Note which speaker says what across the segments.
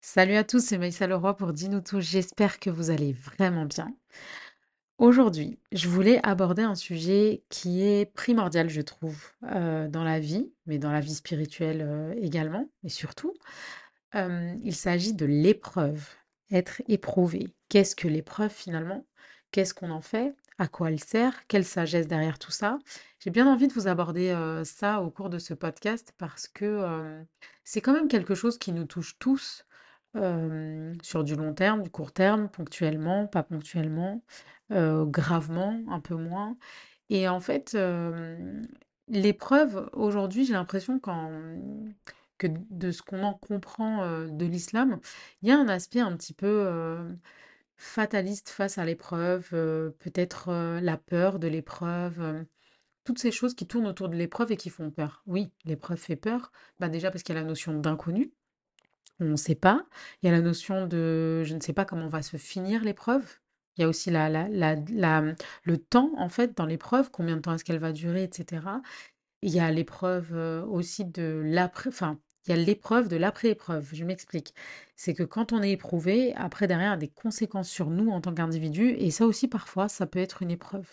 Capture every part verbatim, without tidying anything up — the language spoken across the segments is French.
Speaker 1: Salut à tous, c'est Maïssa Leroy pour Dis-nous tout. J'espère que vous allez vraiment bien. Aujourd'hui, je voulais aborder un sujet qui est primordial, je trouve, euh, dans la vie, mais dans la vie spirituelle euh, également, et surtout. Euh, il s'agit de l'épreuve, être éprouvé. Qu'est-ce que l'épreuve finalement? Qu'est-ce qu'on en fait? À quoi elle sert? Quelle sagesse derrière tout ça? J'ai bien envie de vous aborder euh, ça au cours de ce podcast parce que euh, c'est quand même quelque chose qui nous touche tous euh, sur du long terme, du court terme, ponctuellement, pas ponctuellement, euh, gravement, un peu moins. Et en fait, euh, l'épreuve, aujourd'hui, j'ai l'impression qu'en- que de ce qu'on en comprend euh, de l'islam, il y a un aspect un petit peu euh, fataliste face à l'épreuve, euh, peut-être euh, la peur de l'épreuve, euh, toutes ces choses qui tournent autour de l'épreuve et qui font peur. Oui, l'épreuve fait peur, bah déjà parce qu'il y a la notion d'inconnu, on ne sait pas. Il y a la notion de je ne sais pas comment va se finir l'épreuve. Il y a aussi la, la, la, la- le temps, en fait, dans l'épreuve, combien de temps est-ce qu'elle va durer, et cetera. Il y a l'épreuve euh, aussi de l'après, enfin, il y a l'épreuve de l'après-épreuve. Je m'explique. C'est que quand on est éprouvé, après, derrière, il y a des conséquences sur nous en tant qu'individu. Et ça aussi, parfois, ça peut être une épreuve.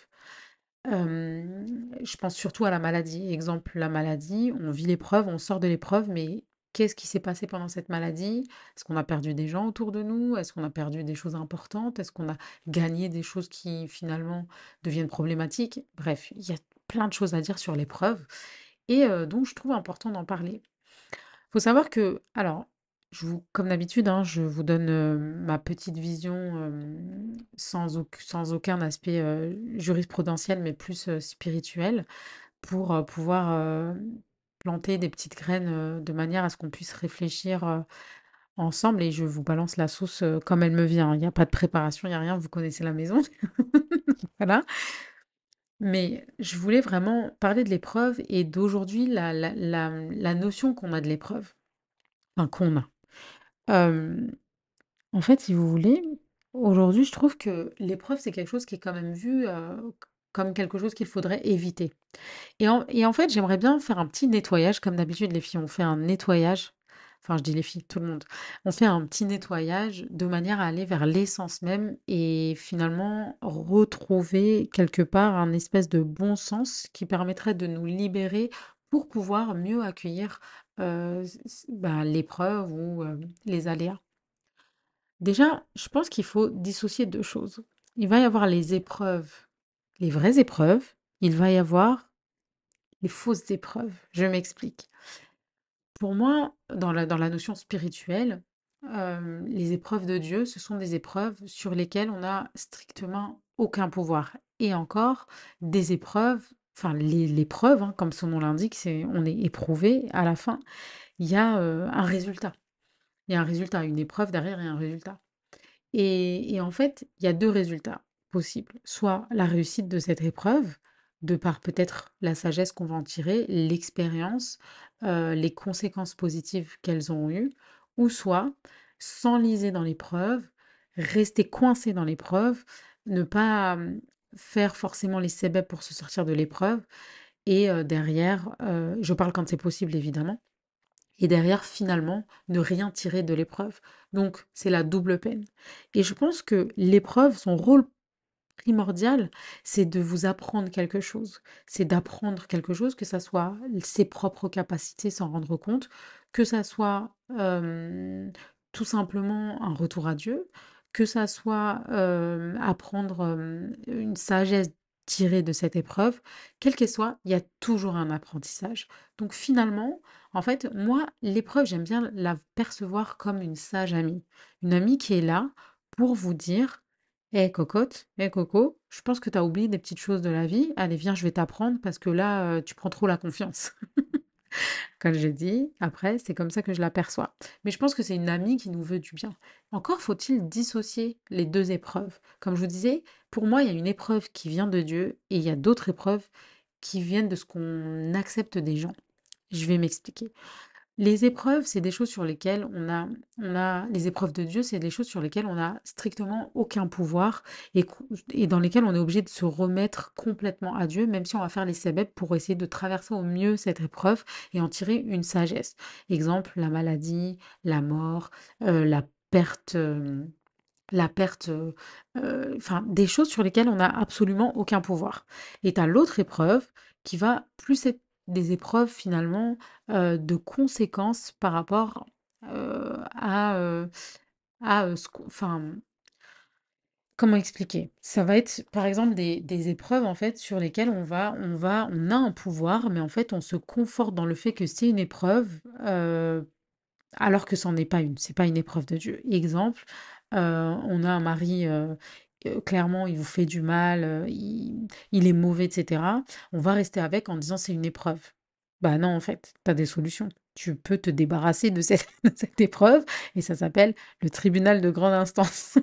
Speaker 1: Euh, je pense surtout à la maladie. Exemple, la maladie, on vit l'épreuve, on sort de l'épreuve, mais qu'est-ce qui s'est passé pendant cette maladie? Est-ce qu'on a perdu des gens autour de nous? Est-ce qu'on a perdu des choses importantes? Est-ce qu'on a gagné des choses qui finalement deviennent problématiques? Bref, il y a plein de choses à dire sur l'épreuve et euh, donc je trouve important d'en parler. Faut savoir que, alors, je vous, comme d'habitude, hein, je vous donne euh, ma petite vision euh, sans, auc- sans aucun aspect euh, jurisprudentiel, mais plus euh, spirituel, pour euh, pouvoir euh, planter des petites graines euh, de manière à ce qu'on puisse réfléchir euh, ensemble. Et je vous balance la sauce euh, comme elle me vient. Il n'y a pas de préparation, il n'y a rien, vous connaissez la maison. Voilà. Mais je voulais vraiment parler de l'épreuve et d'aujourd'hui, la, la, la, la notion qu'on a de l'épreuve. Enfin, qu'on a. Euh, En fait, si vous voulez, aujourd'hui, je trouve que l'épreuve, c'est quelque chose qui est quand même vu euh, comme quelque chose qu'il faudrait éviter. Et en, et en fait, j'aimerais bien faire un petit nettoyage, comme d'habitude, les filles, on fait un nettoyage. Enfin, je dis les filles, tout le monde. On fait un petit nettoyage de manière à aller vers l'essence même et finalement retrouver quelque part un espèce de bon sens qui permettrait de nous libérer pour pouvoir mieux accueillir euh, s- s- bah, l'épreuve ou euh, les aléas. Déjà, je pense qu'il faut dissocier deux choses. Il va y avoir les épreuves, les vraies épreuves. Il va y avoir les fausses épreuves. Je m'explique. Pour moi, dans la, dans la notion spirituelle, euh, les épreuves de Dieu, ce sont des épreuves sur lesquelles on n'a strictement aucun pouvoir. Et encore, des épreuves, enfin les- l'épreuve, hein, comme son nom l'indique, c'est on est éprouvé. À la fin, il y a euh, un résultat. Il y a un résultat, une épreuve derrière et un résultat. Et, et en fait, il y a deux résultats possibles. Soit la réussite de cette épreuve, de par peut-être la sagesse qu'on va en tirer, l'expérience, euh, les conséquences positives qu'elles ont eues, ou soit s'enliser dans l'épreuve, rester coincé dans l'épreuve, ne pas euh, faire forcément les cébèbres pour se sortir de l'épreuve, et euh, derrière, euh, je parle quand c'est possible évidemment, et derrière, finalement, ne rien tirer de l'épreuve. Donc, c'est la double peine. Et je pense que l'épreuve, son rôle primordial, c'est de vous apprendre quelque chose. C'est d'apprendre quelque chose, que ça soit ses propres capacités sans rendre compte, que ça soit euh, tout simplement un retour à Dieu, que ça soit euh, apprendre euh, une sagesse tirée de cette épreuve, quelle qu'elle soit, il y a toujours un apprentissage. Donc finalement, en fait, moi, l'épreuve, j'aime bien la percevoir comme une sage amie. Une amie qui est là pour vous dire: hé cocotte, hé coco, je pense que tu as oublié des petites choses de la vie. Allez, viens, je vais t'apprendre parce que là, euh, tu prends trop la confiance. Comme je dis, après, c'est comme ça que je l'aperçois. Mais je pense que c'est une amie qui nous veut du bien. Encore faut-il dissocier les deux épreuves. Comme je vous disais, pour moi, il y a une épreuve qui vient de Dieu et il y a d'autres épreuves qui viennent de ce qu'on accepte des gens. Je vais m'expliquer. Les épreuves, c'est des choses sur lesquelles on a, on a, les épreuves de Dieu, c'est des choses sur lesquelles on a strictement aucun pouvoir et, cou- et dans lesquelles on est obligé de se remettre complètement à Dieu, même si on va faire les sabèbs pour essayer de traverser au mieux cette épreuve et en tirer une sagesse. Exemple, la maladie, la mort, euh, la perte, euh, la perte, euh, euh, enfin, des choses sur lesquelles on n'a absolument aucun pouvoir. Et tu as l'autre épreuve qui va plus être des épreuves finalement euh, de conséquences par rapport euh, à, euh, à euh, ce qu'on- enfin, comment expliquer? Ça va être par exemple des, des épreuves en fait sur lesquelles on va, on va, on a un pouvoir, mais en fait on se conforte dans le fait que c'est une épreuve, euh, alors que c'en est pas une, c'est pas une épreuve de Dieu. Exemple, heu, on a un mari, heu heu, clairement il vous fait du mal, heu, il il est mauvais et cetera. On va rester avec en disant: «C'est une épreuve». Bah non, en fait, tu as des solutions. Tu peux te débarrasser de cette de cette épreuve et ça s'appelle le tribunal de grande instance.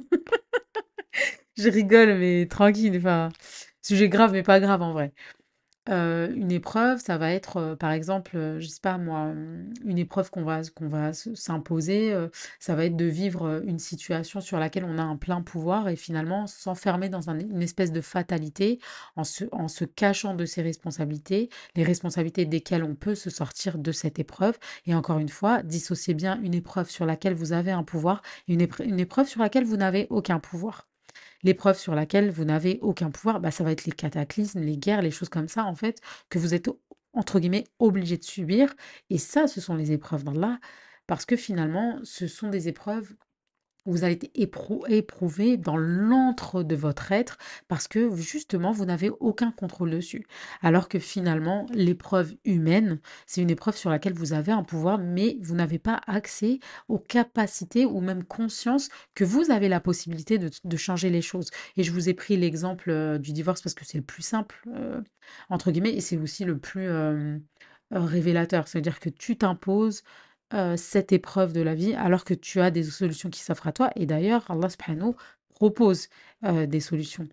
Speaker 1: Je rigole, mais tranquille, enfin, sujet grave mais pas grave en vrai. Heu, une épreuve, ça va être, heu, par exemple, heu, je sais pas moi, hem, une épreuve qu'on va qu'on va s s'imposer, heu, ça va être de vivre, heu, une situation sur laquelle on a un plein pouvoir et finalement s'enfermer dans un une espèce de fatalité en se en se cachant de ses responsabilités, les responsabilités desquelles on peut se sortir de cette épreuve et encore une fois, dissocier bien une épreuve sur laquelle vous avez un pouvoir et une épreu une épreuve sur laquelle vous n'avez aucun pouvoir. L'épreuve sur laquelle vous n'avez aucun pouvoir, bah, ça va être les cataclysmes, les guerres, les choses comme ça, en fait, que vous êtes, entre guillemets, obligé de subir. Et ça, ce sont les épreuves d'Allah, parce que finalement, ce sont des épreuves vous allez être éprou éprouvé dans l'antre de votre être parce que justement, vous n'avez aucun contrôle dessus. Alors que finalement, l'épreuve humaine, c'est une épreuve sur laquelle vous avez un pouvoir, mais vous n'avez pas accès aux capacités ou même conscience que vous avez la possibilité de, de changer les choses. Et je vous ai pris l'exemple euh, du divorce parce que c'est le plus simple, euh, entre guillemets, et c'est aussi le plus euh, euh, révélateur. C'est-à-dire que tu t'imposes heu, cette épreuve de la vie, alors que tu as des solutions qui s'offrent à toi et d'ailleurs Allah subhanahu propose, heu, des solutions.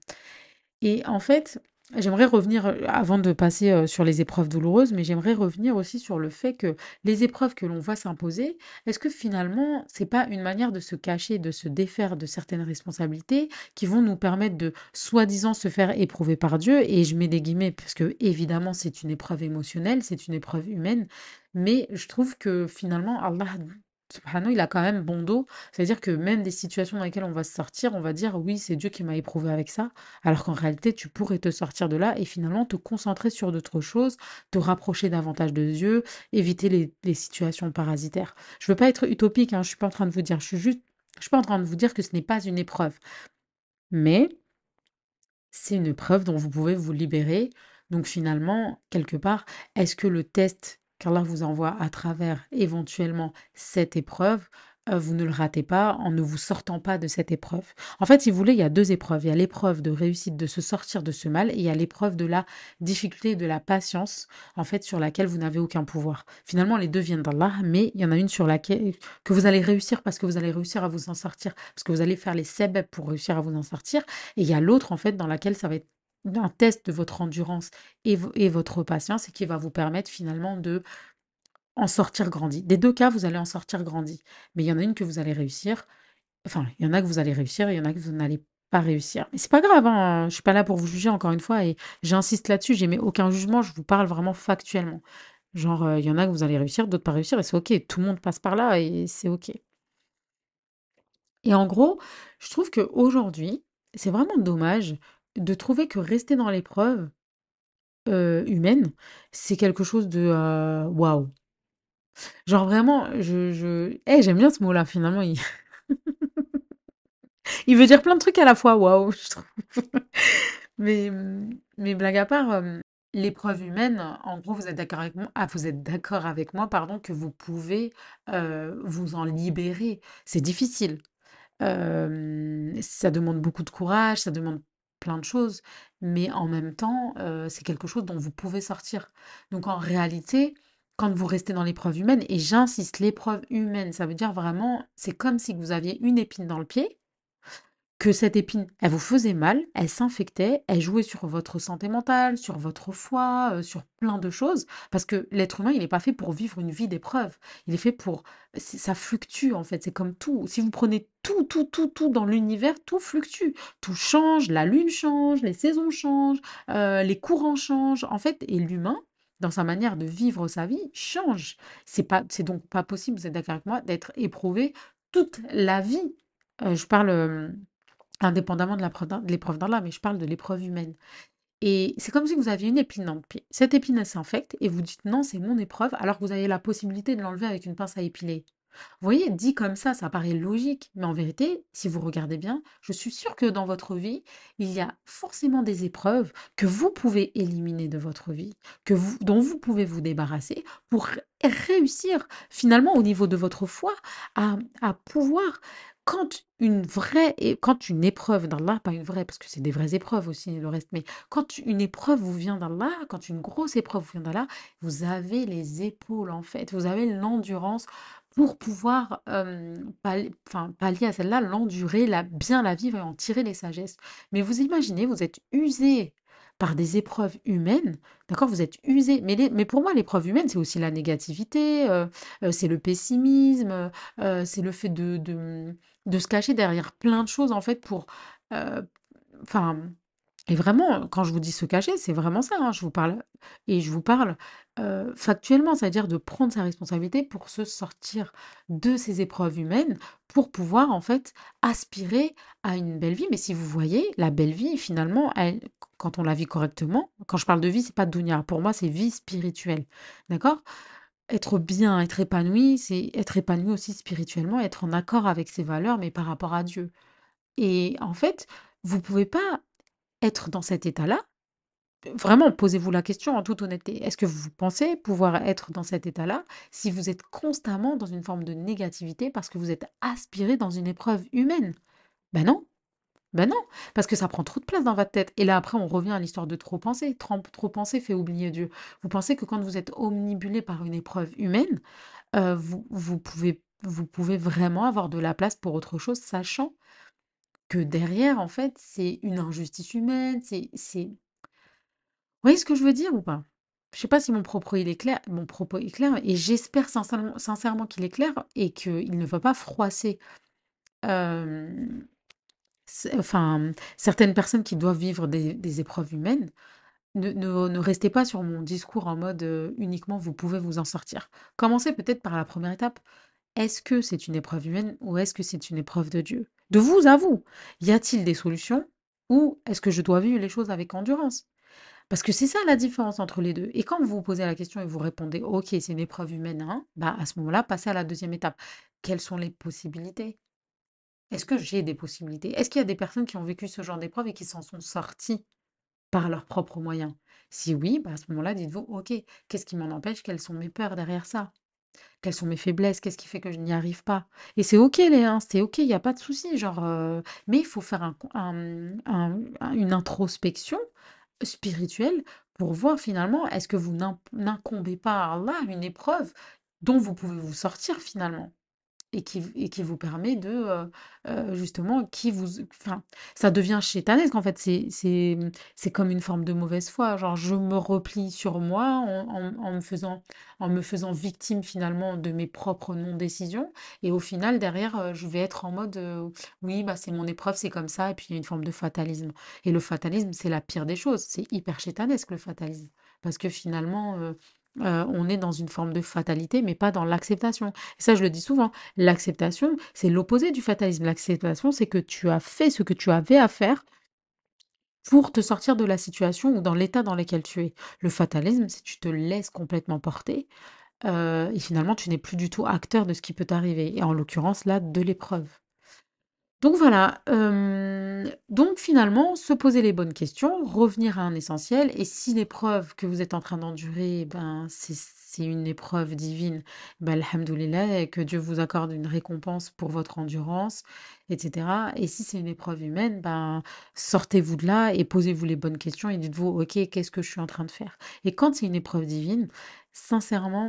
Speaker 1: Et en fait, j'aimerais revenir, heu, avant de passer, heu, sur les épreuves douloureuses, mais j'aimerais revenir aussi sur le fait que les épreuves que l'on voit s'imposer, est-ce que finalement, c'est pas une manière de se cacher, de se défaire de certaines responsabilités qui vont nous permettre de, soi-disant, se faire éprouver par Dieu? Et je mets des guillemets parce que évidemment c'est une épreuve émotionnelle, c'est une épreuve humaine, mais je trouve que finalement Allah subhanahu, il a quand même bon dos. C'est-à-dire que même des situations dans lesquelles on va se sortir, on va dire: «Oui, c'est Dieu qui m'a éprouvé avec ça». Alors qu'en réalité, tu pourrais te sortir de là et finalement te concentrer sur d'autres choses, te rapprocher davantage de Dieu, éviter les, les situations parasitaires. Je veux pas être utopique, hein, je suis pas en train de vous dire, je suis juste, je suis pas en train de vous dire que ce n'est pas une épreuve, mais c'est une épreuve dont vous pouvez vous libérer. Donc finalement, quelque part, est-ce que le test qu'Allah vous envoie à travers éventuellement cette épreuve, euh, vous ne le ratez pas en ne vous sortant pas de cette épreuve? En fait, si vous voulez, il y a deux épreuves. Il y a l'épreuve de réussite de se sortir de ce mal et il y a l'épreuve de la difficulté et de la patience, en fait, sur laquelle vous n'avez aucun pouvoir. Finalement, les deux viennent d'Allah, mais il y en a une sur laquelle que vous allez réussir parce que vous allez réussir à vous en sortir, parce que vous allez faire les sebeb pour réussir à vous en sortir. Et il y a l'autre, en fait, dans laquelle ça va être un test de votre endurance et, vo- et votre patience et qui va vous permettre finalement de en sortir grandi. Des deux cas, vous allez en sortir grandi. Mais il y en a une que vous allez réussir. Enfin, il y en a que vous allez réussir et il y en a que vous n'allez pas réussir. Mais c'est pas grave, hein, je suis pas là pour vous juger encore une fois et j'insiste là-dessus, j'émets aucun jugement, je vous parle vraiment factuellement. Genre, euh, il y en a que vous allez réussir, d'autres pas réussir et c'est ok. Tout le monde passe par là et c'est ok. Et en gros, je trouve qu'aujourd'hui, c'est vraiment dommage de trouver que rester dans l'épreuve euh, humaine, c'est quelque chose de euh, waouh. Genre vraiment, je, je... eh, j'aime bien ce mot-là, finalement. Il... il veut dire plein de trucs à la fois, waouh, je trouve. Mais, mais blague à part, euh, l'épreuve humaine, en gros, vous êtes d'accord avec moi, ah, vous êtes d'accord avec moi, pardon, que vous pouvez euh, vous en libérer. C'est difficile. Hem, ça demande beaucoup de courage, ça demande plein de choses, mais en même temps, heu, c'est quelque chose dont vous pouvez sortir. Donc en réalité, quand vous restez dans l'épreuve humaine et j'insiste, l'épreuve humaine, ça veut dire vraiment, c'est comme si vous aviez une épine dans le pied que cette épine, elle vous faisait mal, elle s'infectait, elle jouait sur votre santé mentale, sur votre foi, heu, sur plein de choses. Parce que l'être humain, il n'est pas fait pour vivre une vie d'épreuves. Il est fait pour c'est ça fluctue, en fait, c'est comme tout. Si vous prenez tout, tout, tout, tout dans l'univers, tout fluctue. Tout change, la lune change, les saisons changent, heu, les courants changent, en fait et l'humain, dans sa manière de vivre sa vie, change. C'est pas c'est donc pas possible, vous êtes d'accord avec moi, d'être éprouvé toute la vie. Heu, je parle, hem indépendamment de la preuve d'A de l'épreuve d'Allah, mais je parle de l'épreuve humaine et c'est comme si vous aviez une épine dans le pied. Cette épine, elle s'infecte et vous dites: «Non, c'est mon épreuve», alors que vous avez la possibilité de l'enlever avec une pince à épiler. Vous voyez, dit comme ça, ça paraît logique, mais en vérité, si vous regardez bien, je suis sûre que dans votre vie, il y a forcément des épreuves que vous pouvez éliminer de votre vie, que vous dont vous pouvez vous débarrasser pour ré réussir finalement au niveau de votre foi à à pouvoir quand une vraie et quand une épreuve d'Allah, pas une vraie parce que c'est des vraies épreuves aussi le reste, mais quand une épreuve vous vient d'Allah, quand une grosse épreuve vous vient d'Allah, vous avez les épaules en fait, vous avez l'endurance pour pouvoir, hem, pal enfin, pallier à celle-là, l'endurer, la bien la vivre et en tirer les sagesses. Mais vous imaginez, vous êtes usé par des épreuves humaines, d'accord? Vous êtes usé, mais les mais pour moi, l'épreuve humaine, c'est aussi la négativité, heu heu, c'est le pessimisme, heu c'est le fait de de, mmh, de se cacher derrière plein de choses, en fait, pour, heu, enfin et vraiment, quand je vous dis se cacher, c'est vraiment ça, hein, je vous parle et je vous parle, heu, factuellement, c'est-à-dire de prendre sa responsabilité pour se sortir de ces épreuves humaines, pour pouvoir, en fait, aspirer à une belle vie. Mais si vous voyez, la belle vie, finalement, elle quand on la vit correctement, quand je parle de vie, c'est pas dunya, pour moi, c'est vie spirituelle, d'accord? Être bien, être épanoui, c'est être épanoui aussi spirituellement, être en accord avec ses valeurs, mais par rapport à Dieu et en fait, vous pouvez pas être dans cet état-là. Vraiment, posez-vous la question en toute honnêteté. Est-ce que vous pensez pouvoir être dans cet état-là si vous êtes constamment dans une forme de négativité parce que vous êtes aspiré dans une épreuve humaine? Ben non, ben non, parce que ça prend trop de place dans votre tête. Et là, après, on revient à l'histoire de trop penser. Trop, trop penser fait oublier Dieu. Vous pensez que quand vous êtes omnibulé par une épreuve humaine, euh, vous, vous pouvez, vous pouvez vraiment avoir de la place pour autre chose, sachant que derrière, en fait, c'est une injustice humaine, c'est, c'est, voyez ce que je veux dire ou pas? Je sais pas si mon propos il est clair, mon propos est clair et j'espère sincèrement, sincèrement qu'il est clair et qu'il ne va pas froisser euh, c- enfin, certaines personnes qui doivent vivre des, des épreuves humaines. Ne, ne, ne restez pas sur mon discours en mode euh, uniquement vous pouvez vous en sortir. Commencez peut-être par la première étape. Est-ce que c'est une épreuve humaine ou est-ce que c'est une épreuve de Dieu? De vous à vous. Y a-t-il des solutions ou est-ce que je dois vivre les choses avec endurance? Parce que c'est ça la différence entre les deux. Et quand vous vous posez la question et vous répondez: «OK, c'est une épreuve humaine, hein», bah, à ce moment-là, passez à la deuxième étape. Quelles sont les possibilités? Est-ce que j'ai des possibilités? Est-ce qu'il y a des personnes qui ont vécu ce genre d'épreuve et qui s'en sont sorties par leurs propres moyens? Si oui, bah, à ce moment-là, dites-vous: «OK, qu'est-ce qui m'en empêche? Quelles sont mes peurs derrière ça? Quelles sont mes faiblesses? Qu'est-ce qui fait que je n'y arrive pas?» Et c'est OK les hein, c'est OK, il y a pas de souci, genre, heu, mais il faut faire un con un, mmh, un un une introspection spirituelle pour voir finalement est-ce que vous n'im- n'incombez pas à Allah une épreuve dont vous pouvez vous sortir finalement et qui, et qui vous permet de euh, euh, justement qui vous enfin ça devient chétanesque en fait c'est c'est c'est comme une forme de mauvaise foi genre je me replie sur moi en, en- en me faisant en me faisant victime finalement de mes propres non-décisions et au final derrière euh, je vais être en mode euh, oui bah c'est mon épreuve c'est comme ça et puis il y a une forme de fatalisme et le fatalisme c'est la pire des choses c'est hyper chétanesque le fatalisme parce que finalement euh, euh, on est dans une forme de fatalité mais pas dans l'acceptation et ça je le dis souvent. L'acceptation, c'est l'opposé du fatalisme. L'acceptation, c'est que tu as fait ce que tu avais à faire pour te sortir de la situation ou dans l'état dans lequel tu es. Le fatalisme, c'est que tu te laisses complètement porter euh, et finalement, tu n'es plus du tout acteur de ce qui peut t'arriver. Et en l'occurrence, là, de l'épreuve. Donc voilà, hem, donc finalement, se poser les bonnes questions, revenir à un essentiel et si l'épreuve que vous êtes en train d'endurer, ben, c'est c'est une épreuve divine, ben, alhamdoulilah et que Dieu vous accorde une récompense pour votre endurance et cetera et si c'est une épreuve humaine, ben, sortez-vous de là et posez-vous les bonnes questions et dites-vous: «OK, qu'est-ce que je suis en train de faire?» Et quand c'est une épreuve divine, sincèrement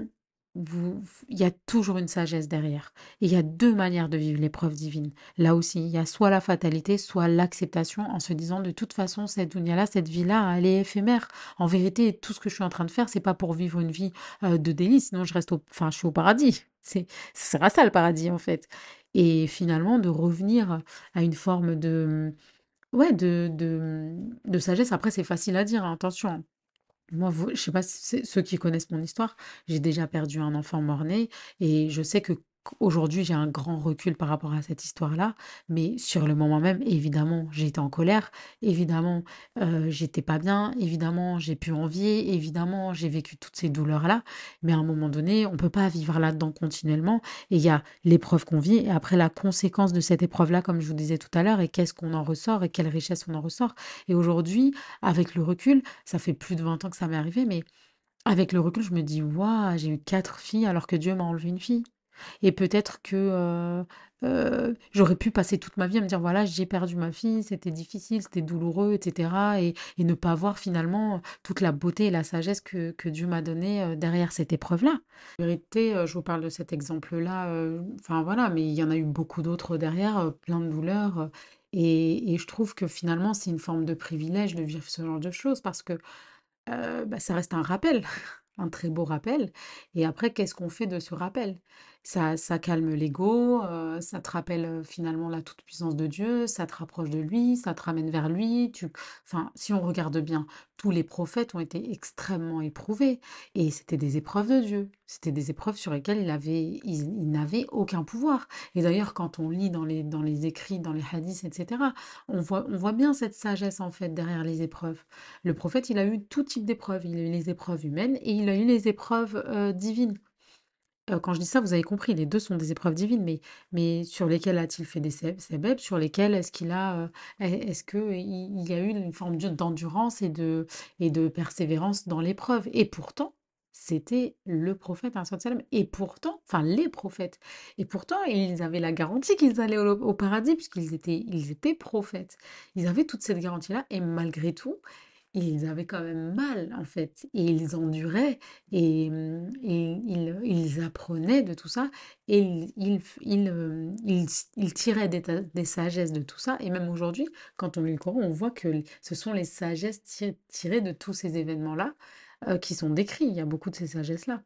Speaker 1: vous, il y a toujours une sagesse derrière. Et il y a deux manières de vivre l'épreuve divine. Là aussi, il y a soit la fatalité, soit l'acceptation en se disant de toute façon, cette dunya-là, cette vie-là, elle est éphémère. En vérité, tout ce que je suis en train de faire, c'est pas pour vivre une vie euh, de délice, sinon je reste au, enfin, je suis au paradis. C'est, ce sera ça le paradis en fait. Et finalement, de revenir à une forme de, ouais, de, de, de sagesse. Après, c'est facile à dire, hein, attention. Moi, vous je sais pas si c'est ceux qui connaissent mon histoire, j'ai déjà perdu un enfant mort-né et je sais que qu'aujourd'hui, j'ai un grand recul par rapport à cette histoire-là, mais sur le moment même, évidemment, j'ai été en colère, évidemment, heu, j'étais pas bien, évidemment, j'ai pu envier, évidemment, j'ai vécu toutes ces douleurs-là, mais à un moment donné, on peut pas vivre là-dedans continuellement et il y a l'épreuve qu'on vit et après la conséquence de cette épreuve-là, comme je vous disais tout à l'heure et qu'est-ce qu'on en ressort et quelle richesse on en ressort et aujourd'hui, avec le recul, ça fait plus de vingt ans que ça m'est arrivé, mais avec le recul, je me dis: «Waouh, j'ai eu quatre filles alors que Dieu m'a enlevé une fille» et peut-être que, heu heu, j'aurais pu passer toute ma vie à me dire: «Voilà, j'ai perdu ma fille, c'était difficile, c'était douloureux» et cetera et et ne pas voir finalement toute la beauté et la sagesse que que Dieu m'a donnée, heu, derrière cette épreuve-là. En vérité, heu, je vous parle de cet exemple-là, heu, enfin voilà, mais il y en a eu beaucoup d'autres derrière, heu, plein de douleurs, heu et et je trouve que finalement, c'est une forme de privilège de vivre ce genre de choses parce que Heu, bah, ça reste un rappel, un très beau rappel et après qu'est-ce qu'on fait de ce rappel? Ça ça calme l'ego, heu, ça te rappelle, heu, finalement la toute-puissance de Dieu, ça te rapproche de lui, ça te ramène vers lui, tu enfin, si on regarde bien, tous les prophètes ont été extrêmement éprouvés et c'était des épreuves de Dieu. C'était des épreuves sur lesquelles il avait ils ils n'avaient aucun pouvoir et d'ailleurs quand on lit dans les dans les écrits, dans les hadiths et cetera, on voit on voit bien cette sagesse en fait derrière les épreuves. Le prophète, il a eu tout type d'épreuves. Il a eu les épreuves humaines et il a eu les épreuves euh, divines. Euh, quand je dis ça, vous avez compris, les deux sont des épreuves divines, mais, mais sur lesquelles a-t-il fait des sé- sébèbs? Sur lesquelles est-ce qu'il a, euh, est-ce que il il y a eu une forme de- d'endurance et de, et de persévérance dans l'épreuve? Et pourtant, c'était le prophète, hein, sallallahu alayhi wa sallam. Et pourtant, enfin les prophètes, et pourtant, ils avaient la garantie qu'ils allaient au, au paradis, puisqu'ils étaient, ils étaient prophètes. Ils avaient toute cette garantie-là, et malgré tout, ils avaient quand même mal, en fait, et ils enduraient, et, mmh, et ils, ils apprenaient de tout ça, et ils, ils, ils, euh, ils- ils tiraient des, ta- des sagesses de tout ça, et même aujourd'hui, quand on lit le Coran, on voit que ce sont les sagesses ti- tirées de tous ces événements-là euh, qui sont décrits. Il y a beaucoup de ces sagesses-là.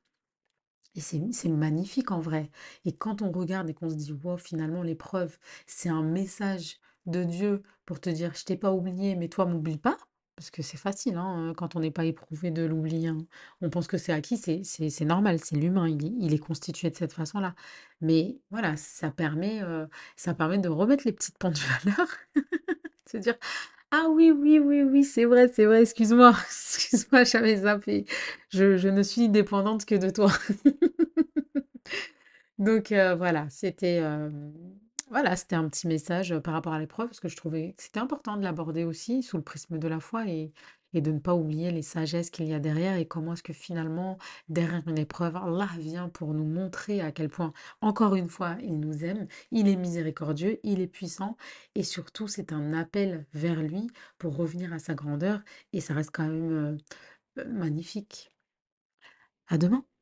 Speaker 1: Et c'est c'est magnifique en vrai. Et quand on regarde et qu'on se dit, wow, finalement, l'épreuve, c'est un message de Dieu pour te dire, je t'ai pas oublié, mais toi, m'oublie pas. Parce que c'est facile, hein, quand on n'est pas éprouvé de l'oublier, hein. On pense que c'est acquis, c'est c'est- c'est normal, c'est l'humain, il, est il est constitué de cette façon-là. Mais voilà, ça permet, euh, ça permet de remettre les petites pendules à l'heure, se dire, ah oui, oui, oui, oui, c'est vrai, c'est vrai, excuse-moi, excuse-moi, j'avais zappé. Je, je ne suis dépendante que de toi. Donc heu, voilà, c'était, hem, voilà, c'était un petit message, heu, par rapport à l'épreuve, parce que je trouvais que c'était important de l'aborder aussi sous le prisme de la foi et et de ne pas oublier les sagesses qu'il y a derrière et comment est-ce que finalement, derrière une épreuve, Allah vient pour nous montrer à quel point, encore une fois, il nous aime, il est miséricordieux, il est puissant et surtout, c'est un appel vers lui pour revenir à sa grandeur et ça reste quand même, heu, heu, magnifique. À demain.